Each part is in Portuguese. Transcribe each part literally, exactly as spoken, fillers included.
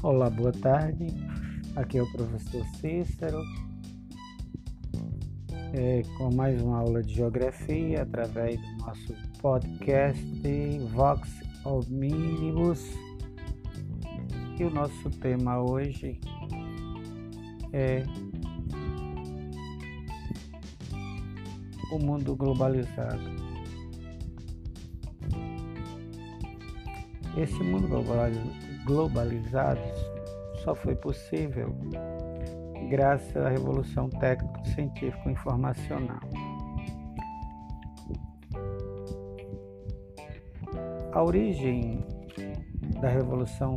Olá, boa tarde. Aqui é o professor Cícero, é, com mais uma aula de geografia através do nosso podcast Vox Omnibus. E o nosso tema hoje é o mundo globalizado. Esse mundo globalizado só foi possível graças à revolução técnico-científico-informacional. A origem da revolução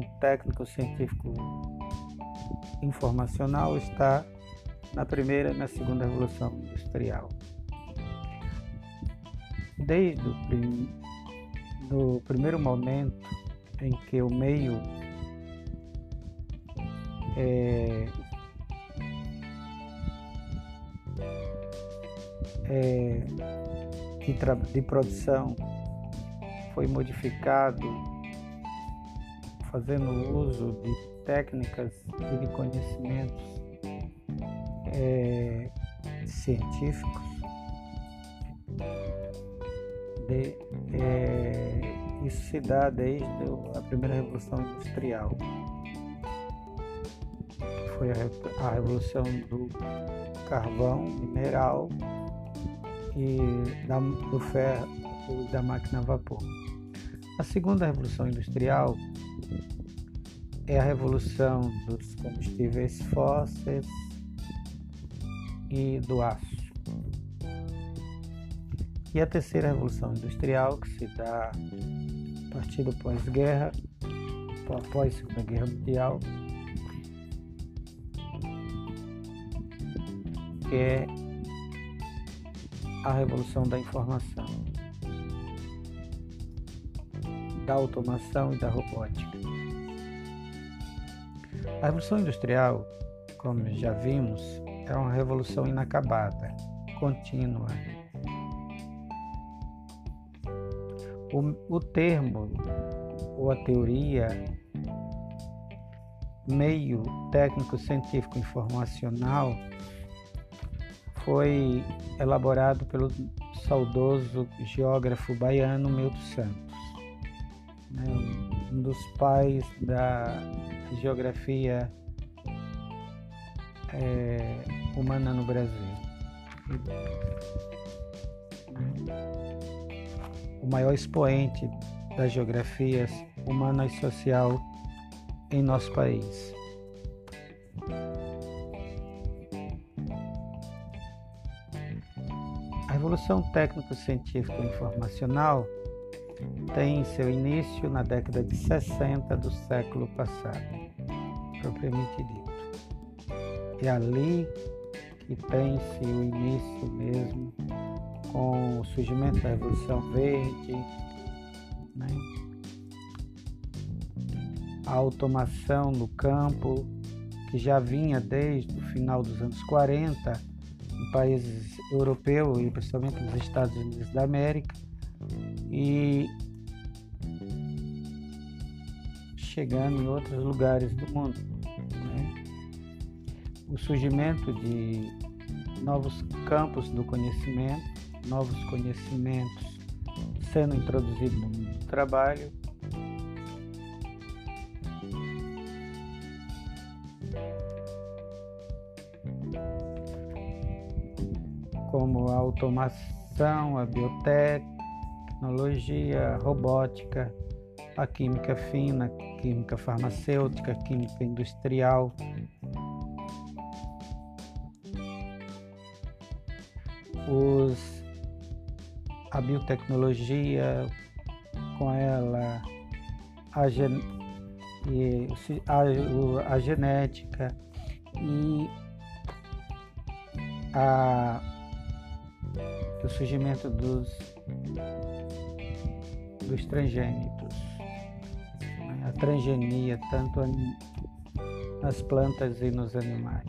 técnico-científico-informacional está na primeira e na segunda revolução industrial. Desde o prim... do primeiro momento em que o meio é, é, de, tra... de produção foi modificado, fazendo uso de técnicas e de conhecimentos é, científicos, de, é, isso se dá desde a primeira revolução industrial, que foi a, a revolução do carvão mineral e da, do ferro e da máquina a vapor. A segunda revolução industrial é a revolução dos combustíveis fósseis e do aço. E a terceira revolução industrial, que se dá a partir do pós-guerra, após a Segunda Guerra Mundial, que é a revolução da informação, da automação e da robótica. A revolução industrial, como já vimos, é uma revolução inacabada, contínua. O, o termo ou a teoria meio técnico-científico informacional foi elaborado pelo saudoso geógrafo baiano Milton Santos, né, um dos pais da geografia é, humana no Brasil. O maior expoente das geografias humana e social em nosso país. A Revolução Técnico-Científico-Informacional tem seu início na década de sessenta do século passado, propriamente dito. É ali que tem-se o início mesmo, com o surgimento da Revolução Verde, né? A automação no campo, que já vinha desde o final dos anos quarenta em países europeus e principalmente nos Estados Unidos da América, e chegando em outros lugares do mundo, né? O surgimento de novos campos do conhecimento, novos conhecimentos sendo introduzidos no mundo do trabalho, como a automação, a biotecnologia, a robótica, a química fina, a química farmacêutica, a química industrial, os a biotecnologia, com ela a, gen, e, a, a genética e a, o surgimento dos, dos transgênicos, né? A transgenia, tanto nas plantas e nos animais.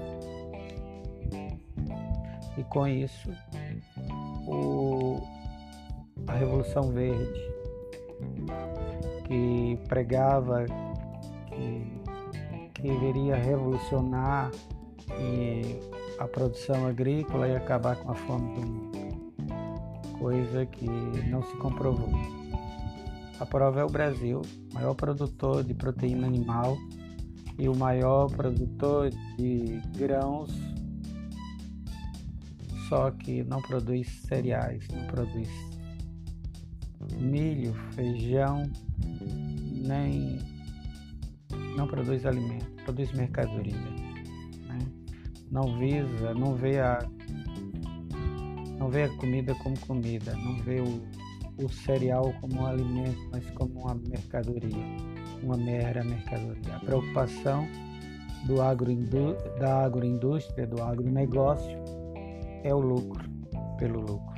E com isso, o, a Revolução Verde, que pregava que que viria a revolucionar e a produção agrícola e acabar com a fome do mundo, coisa que não se comprovou. A prova é o Brasil, maior produtor de proteína animal e o maior produtor de grãos, só que não produz cereais, não produz milho, feijão, nem não produz alimento, produz mercadoria, né? Não visa, não vê a não vê a comida como comida, não vê o, o cereal como um alimento, mas como uma mercadoria, uma mera mercadoria. A preocupação do agroindú- da agroindústria, do agronegócio, é o lucro, pelo lucro.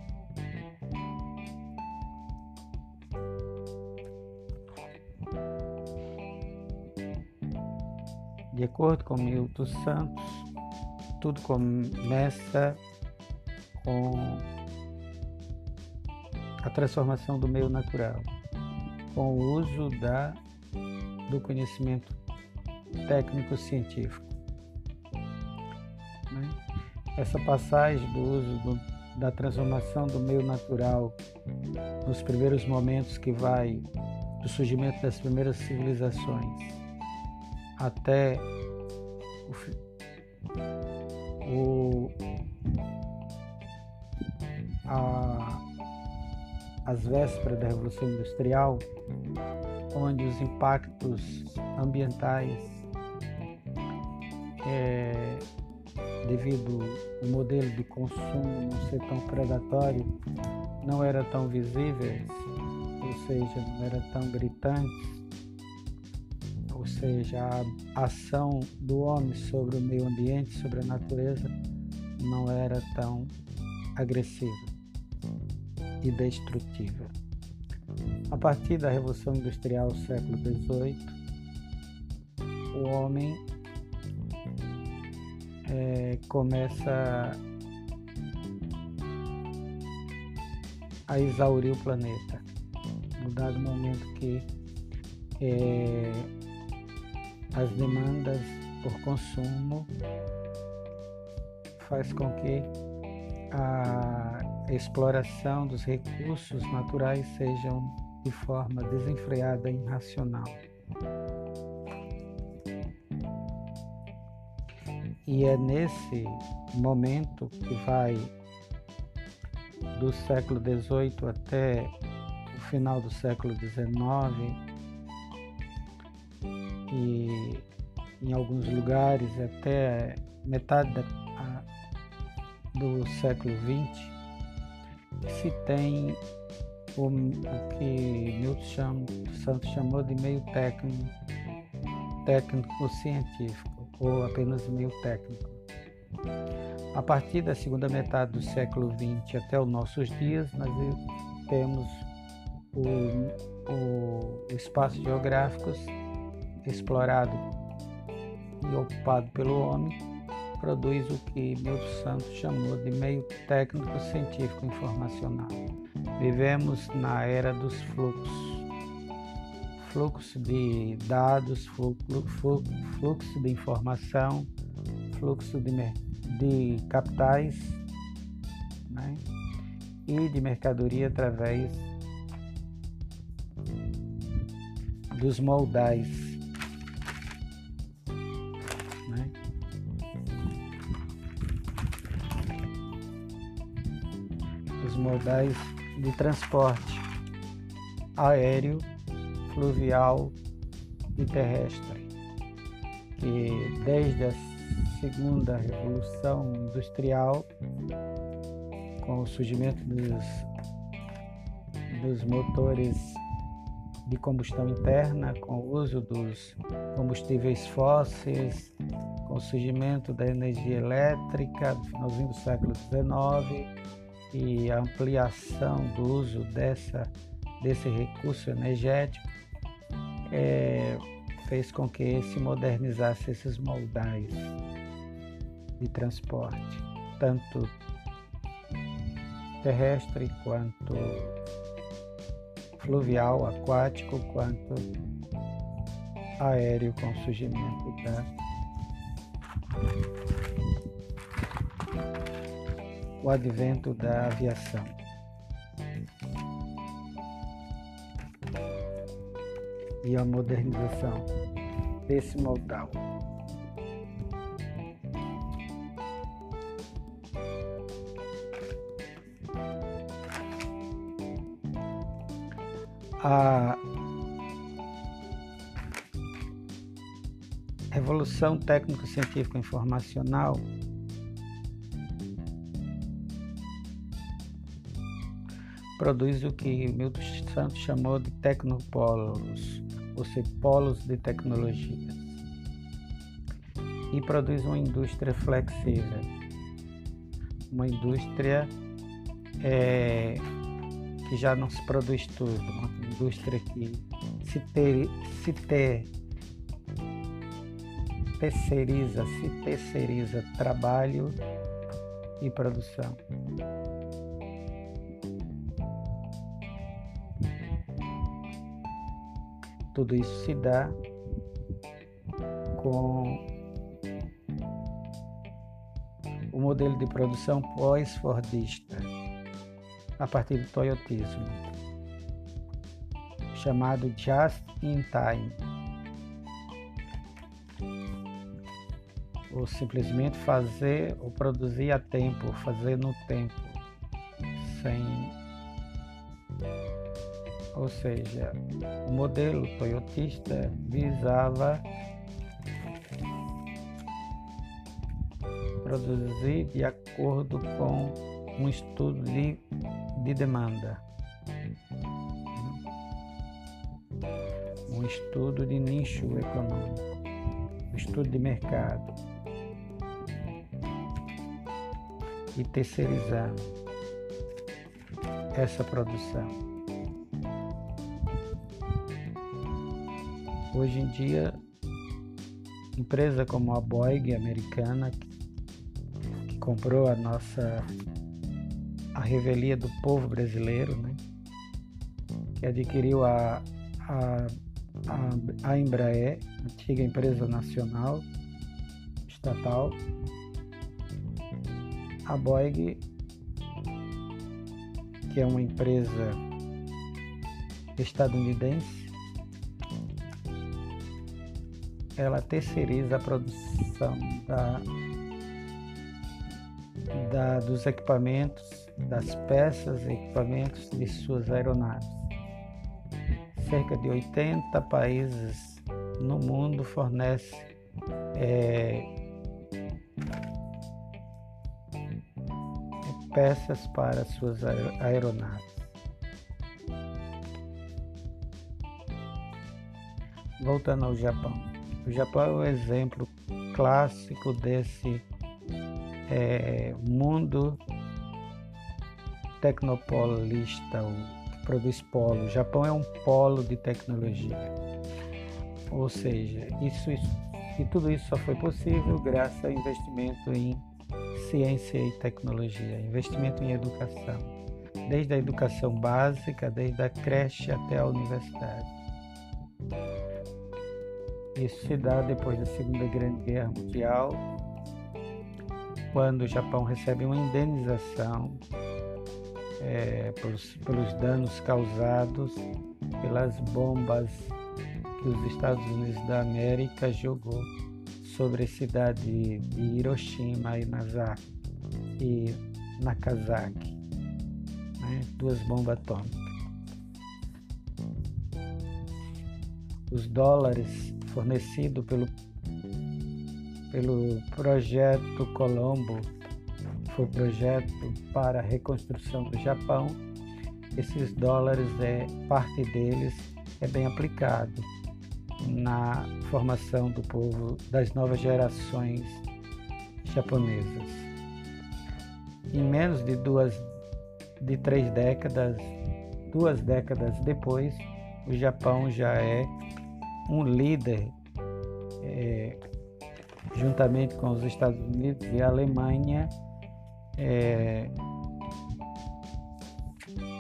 De acordo com Milton Santos, tudo começa com a transformação do meio natural, com o uso da, do conhecimento técnico-científico. Né? Essa passagem do uso do, da transformação do meio natural nos primeiros momentos que vai do surgimento das primeiras civilizações até o, o, a, as vésperas da Revolução Industrial, onde os impactos ambientais, é, devido ao modelo de consumo não ser tão predatório, não era tão visíveis, ou seja, não era tão gritante, ou seja, a ação do homem sobre o meio ambiente, sobre a natureza, não era tão agressiva e destrutiva. A partir da Revolução Industrial do século dezoito, o homem é, começa a exaurir o planeta, no dado momento que é, as demandas por consumo faz com que a exploração dos recursos naturais sejam de forma desenfreada e irracional. E é nesse momento que vai do século dezoito até o final do século dezenove, e em alguns lugares até metade da, a, do século vinte, se tem o, o que Milton Santos chamou de meio técnico, técnico-científico, ou apenas meio técnico. A partir da segunda metade do século vinte até os nossos dias, nós temos o, o, o espaço geográficos explorado e ocupado pelo homem, produz o que Milton Santos chamou de meio técnico-científico informacional. Vivemos na era dos fluxos, fluxo de dados, fluxo, fluxo de informação, fluxo de, de capitais, né? E de mercadoria através dos moldais, né? Os moldais de transporte aéreo, fluvial e terrestre, que desde a segunda revolução industrial, com o surgimento dos, dos motores de combustão interna, com o uso dos combustíveis fósseis, com o surgimento da energia elétrica no finalzinho do século dezenove e a ampliação do uso dessa, desse recurso energético, é, fez com que se modernizasse esses moldais de transporte, tanto terrestre quanto fluvial, aquático, quanto aéreo com o surgimento da o advento da aviação. E a modernização desse modal. A revolução técnico-científico-informacional produz o que Milton Santos chamou de tecnopolos, ou seja, polos de tecnologia, e produz uma indústria flexível, uma indústria é, que já não se produz tudo, uma indústria que se, ter, se ter, terceiriza, se terceiriza trabalho e produção. Tudo isso se dá com o modelo de produção pós-fordista, a partir do toyotismo, chamado Just in Time, ou simplesmente fazer ou produzir a tempo, fazer no tempo, sem... Ou seja, o modelo toyotista visava produzir de acordo com um estudo de, de demanda, um estudo de nicho econômico, um estudo de mercado, e terceirizando essa produção. Hoje em dia, empresa como a Boeing americana, que, que comprou a nossa a revelia do povo brasileiro, né? Que adquiriu a, a, a, a Embraer, antiga empresa nacional, estatal. A Boeing, que é uma empresa estadunidense, ela terceiriza a produção da, da, dos equipamentos, das peças e equipamentos de suas aeronaves. Cerca de oitenta países no mundo fornecem é, peças para suas aeronaves. Voltando ao Japão. O Japão é um exemplo clássico desse é, mundo tecnopolista, que produz polo. O Japão é um polo de tecnologia. Ou seja, isso, isso, e tudo isso só foi possível graças ao investimento em ciência e tecnologia, investimento em educação, desde a educação básica, desde a creche até a universidade. Isso se dá depois da Segunda Grande Guerra Mundial, quando o Japão recebe uma indenização é, pelos, pelos danos causados pelas bombas que os Estados Unidos da América jogou sobre a cidade de Hiroshima e Nagasaki, e Nagasaki, né? Duas bombas atômicas. Os dólares fornecidos pelo, pelo projeto Colombo, que foi o projeto para a reconstrução do Japão, esses dólares, é, parte deles é bem aplicado na formação do povo, das novas gerações japonesas. Em menos de duas, de três décadas, duas décadas depois, o Japão já é um líder, é, juntamente com os Estados Unidos e a Alemanha, é,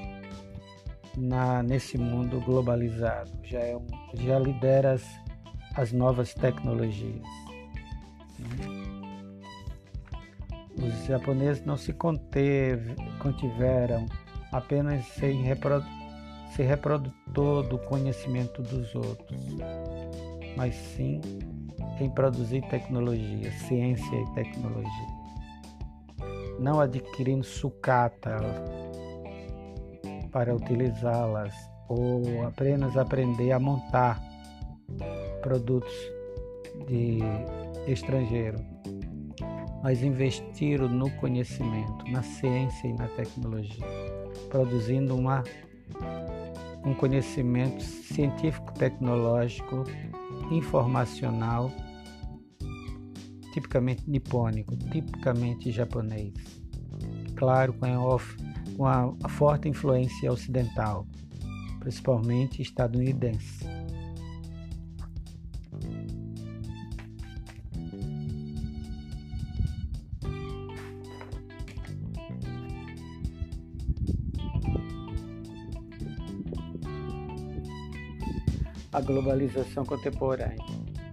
na, nesse mundo globalizado. Já, é um, já lidera as, as novas tecnologias. Os japoneses não se conteve, contiveram apenas ser, reprodu, ser reprodutor do conhecimento dos outros, mas sim em produzir tecnologia, ciência e tecnologia. Não adquirindo sucata para utilizá-las ou apenas aprender a montar produtos de estrangeiro, mas investiram no conhecimento, na ciência e na tecnologia, produzindo uma, um conhecimento científico-tecnológico, informacional, tipicamente nipônico, tipicamente japonês. Claro, com a, com a forte influência ocidental, principalmente estadunidense. A globalização contemporânea.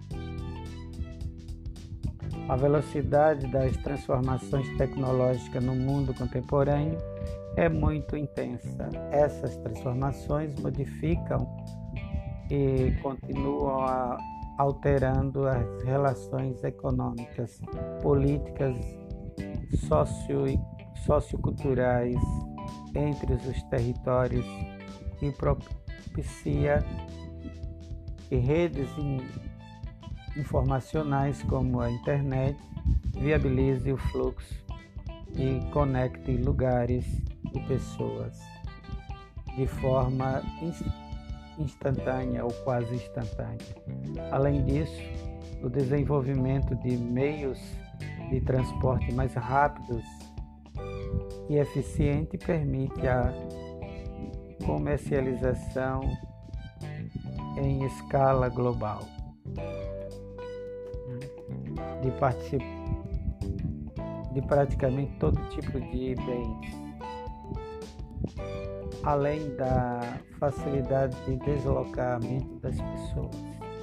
A velocidade das transformações tecnológicas no mundo contemporâneo é muito intensa. Essas transformações modificam e continuam a, alterando as relações econômicas, políticas, socio, socioculturais entre os territórios e propicia que redes informacionais como a internet viabilize o fluxo e conecte lugares e pessoas de forma instantânea ou quase instantânea. Além disso, o desenvolvimento de meios de transporte mais rápidos e eficiente permite a comercialização em escala global de, particip... de praticamente todo tipo de bens, além da facilidade de deslocamento das pessoas.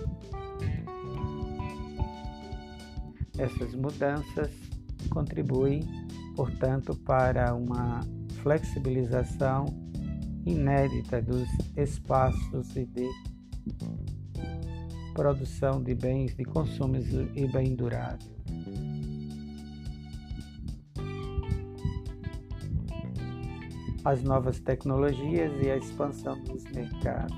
Essas mudanças contribuem, portanto, para uma flexibilização inédita dos espaços e de produção de bens de consumo e bem durável. As novas tecnologias e a expansão dos mercados.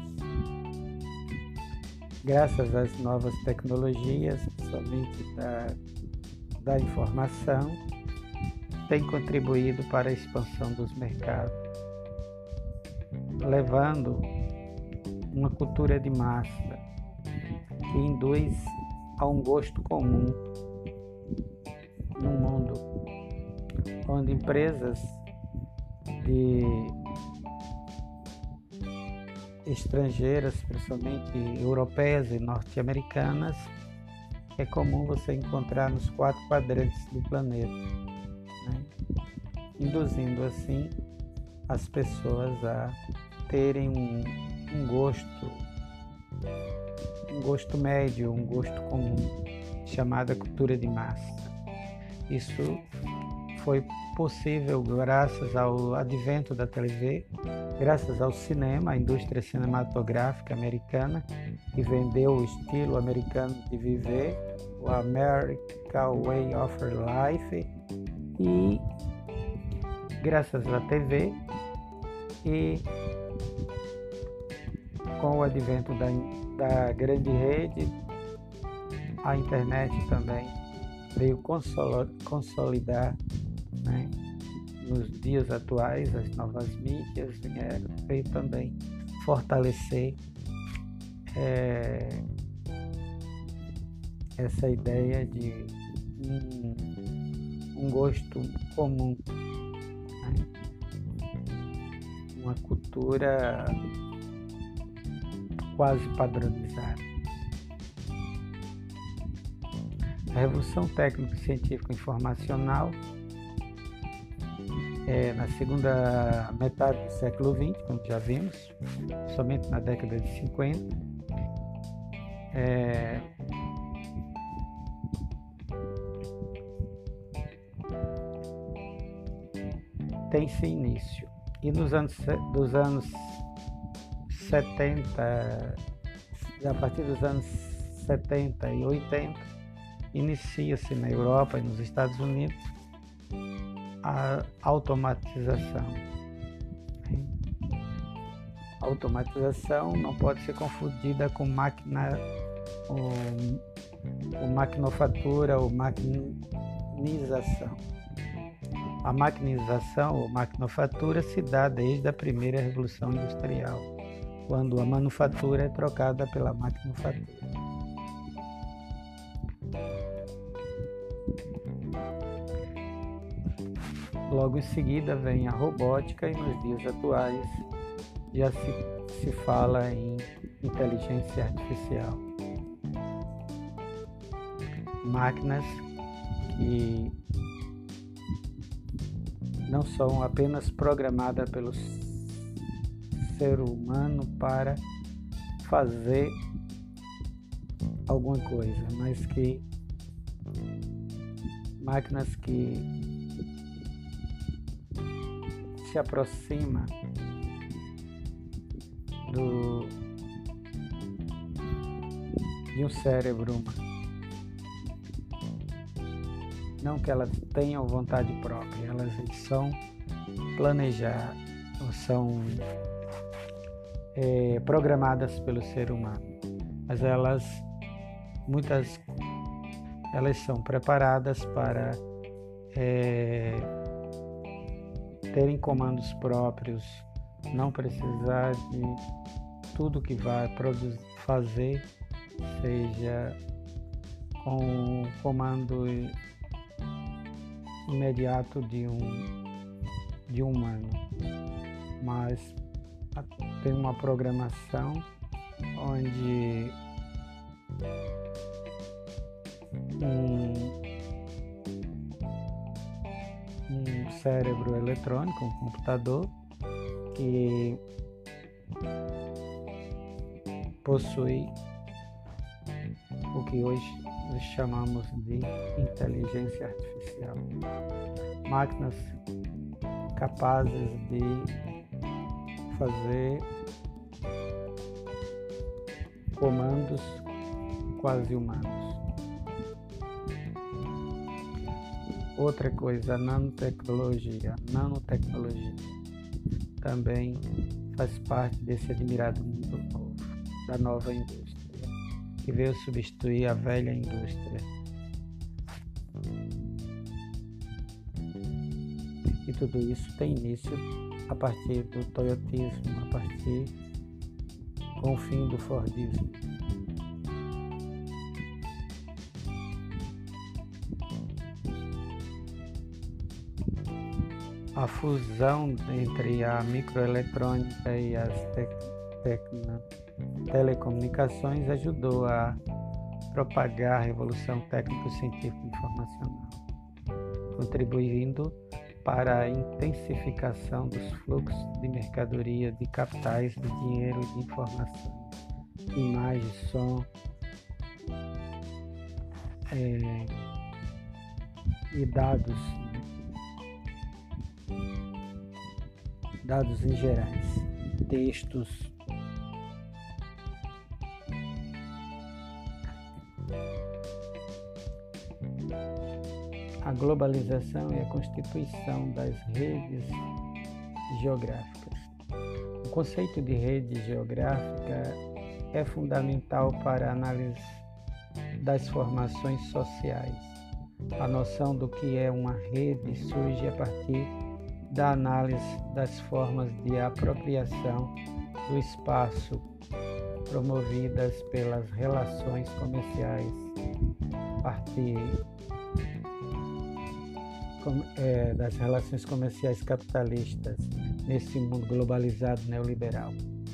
Graças às novas tecnologias, somente da, da informação, tem contribuído para a expansão dos mercados, levando uma cultura de massa que induz a um gosto comum no mundo, onde empresas de estrangeiras, principalmente europeias e norte-americanas, é comum você encontrar nos quatro quadrantes do planeta, né? Induzindo assim as pessoas a terem um, um gosto, um gosto médio, um gosto comum, chamada cultura de massa. Isso foi possível graças ao advento da T V, graças ao cinema, a indústria cinematográfica americana, que vendeu o estilo americano de viver, o American Way of Life, e graças à T V e com o advento da, da grande rede, a internet também veio consolidar, né? Nos dias atuais, as novas mídias vieram, veio também fortalecer é, essa ideia de um, um gosto comum, né? Uma cultura quase padronizada. A revolução técnico-científico-informacional é, na segunda metade do século vinte, como já vimos, somente na década de cinquenta, é, tem-se início. E nos anos, dos anos setenta, a partir dos anos setenta e oitenta, inicia-se na Europa e nos Estados Unidos a automatização. A automatização não pode ser confundida com máquina, ou, ou maquinofatura ou maquinização. A maquinização ou maquinofatura se dá desde a primeira Revolução Industrial, quando a manufatura é trocada pela maquinofatura. Logo em seguida vem a robótica e nos dias atuais já se, se fala em inteligência artificial. Máquinas que não são apenas programadas pelo ser humano para fazer alguma coisa, mas que máquinas que se aproximam do, de um cérebro humano. Não que elas tenham vontade própria, elas são planejadas, são é, programadas pelo ser humano, mas elas, muitas, elas são preparadas para é, terem comandos próprios, não precisar de tudo que vai produzir, fazer, seja com o comando imediato de um, de um humano, mas tem uma programação onde um, um cérebro eletrônico, um computador, que possui o que hoje nós chamamos de inteligência artificial. Máquinas capazes de fazer comandos quase humanos. Outra coisa, a nanotecnologia. A nanotecnologia também faz parte desse admirado mundo novo, da nova indústria, que veio substituir a velha indústria. E tudo isso tem início a partir do toyotismo, a partir com o fim do fordismo. A fusão entre a microeletrônica e as tec- tecno- telecomunicações ajudou a propagar a revolução técnico-científica informacional, contribuindo para a intensificação dos fluxos de mercadoria, de capitais, de dinheiro e de informação, imagem, som é, e dados, dados em gerais, textos. A globalização e a constituição das redes geográficas. O conceito de rede geográfica é fundamental para a análise das formações sociais. A noção do que é uma rede surge a partir da análise das formas de apropriação do espaço promovidas pelas relações comerciais, a partir É, das relações comerciais capitalistas nesse mundo globalizado neoliberal.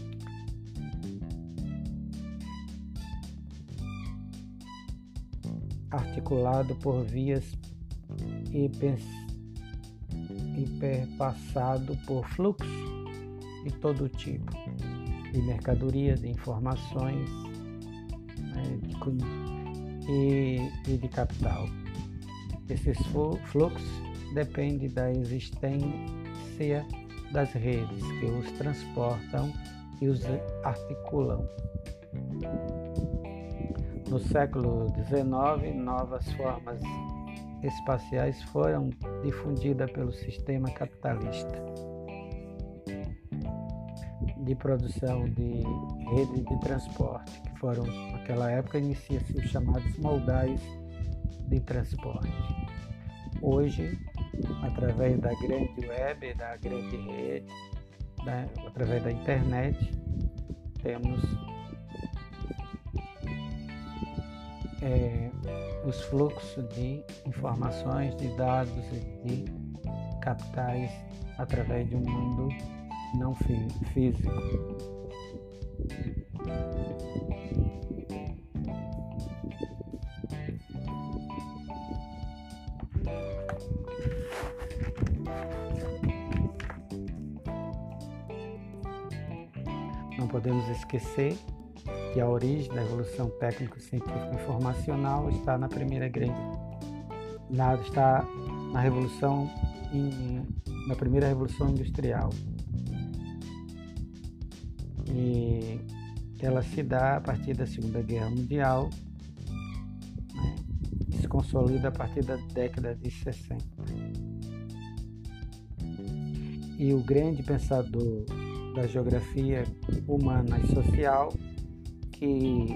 Articulado por vias e, e perpassado por fluxos de todo tipo, de mercadorias, de informações, né, de, e, e de capital. Esses fluxos dependem da existência das redes que os transportam e os articulam. No século dezenove, novas formas espaciais foram difundidas pelo sistema capitalista de produção de redes de transporte, que foram, naquela época, inicia-se os chamados modais de transporte. Hoje, através da grande web, da grande rede, da, através da internet, temos é, os fluxos de informações, de dados e de capitais através de um mundo não físico. Não podemos esquecer que a origem da evolução técnico-científico-informacional está na primeira grande, na, está na revolução, in, na primeira revolução industrial. E ela se dá a partir da Segunda Guerra Mundial, né, e se consolida a partir da década de sessenta. E o grande pensador da geografia humana e social que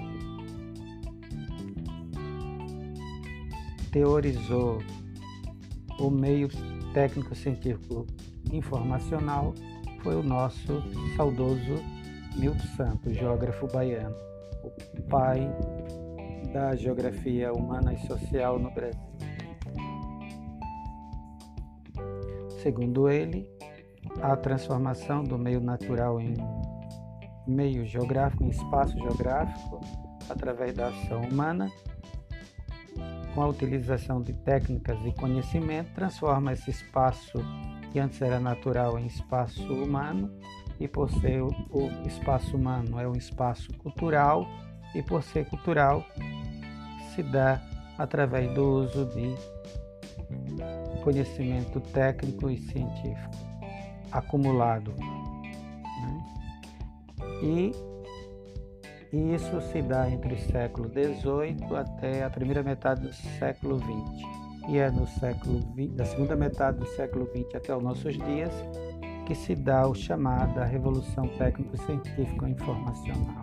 teorizou o meio técnico-científico informacional foi o nosso saudoso Milton Santos, geógrafo baiano, o pai da geografia humana e social no Brasil. Segundo ele, a transformação do meio natural em meio geográfico, em espaço geográfico, através da ação humana, com a utilização de técnicas e conhecimento, transforma esse espaço que antes era natural em espaço humano, e por ser o espaço humano é um espaço cultural, e por ser cultural se dá através do uso de conhecimento técnico e científico acumulado, né? E, e isso se dá entre o século dezoito até a primeira metade do século vinte. E é no século vinte, da segunda metade do século vinte até os nossos dias que se dá o chamado Revolução Técnico-Científico-Informacional,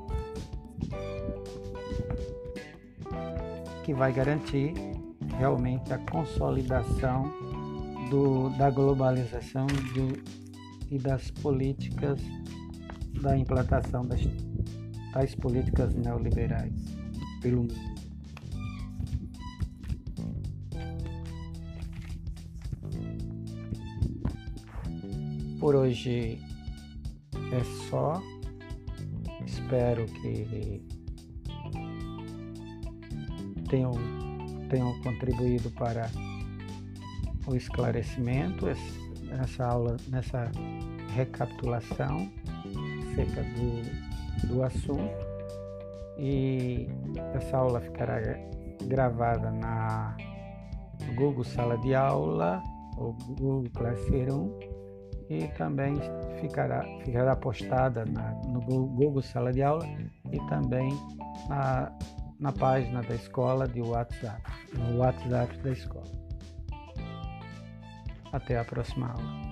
que vai garantir realmente a consolidação do, da globalização do, e das políticas, da implantação das tais políticas neoliberais pelo mundo. Por hoje é só. Espero que tenham, tenham contribuído para o esclarecimento, nessa aula, nessa recapitulação acerca do, do assunto. E essa aula ficará gravada na Google Sala de Aula ou Google Classroom, e também ficará, ficará postada na, no Google Sala de Aula e também na, na página da escola de WhatsApp, no WhatsApp da escola. Até a próxima aula.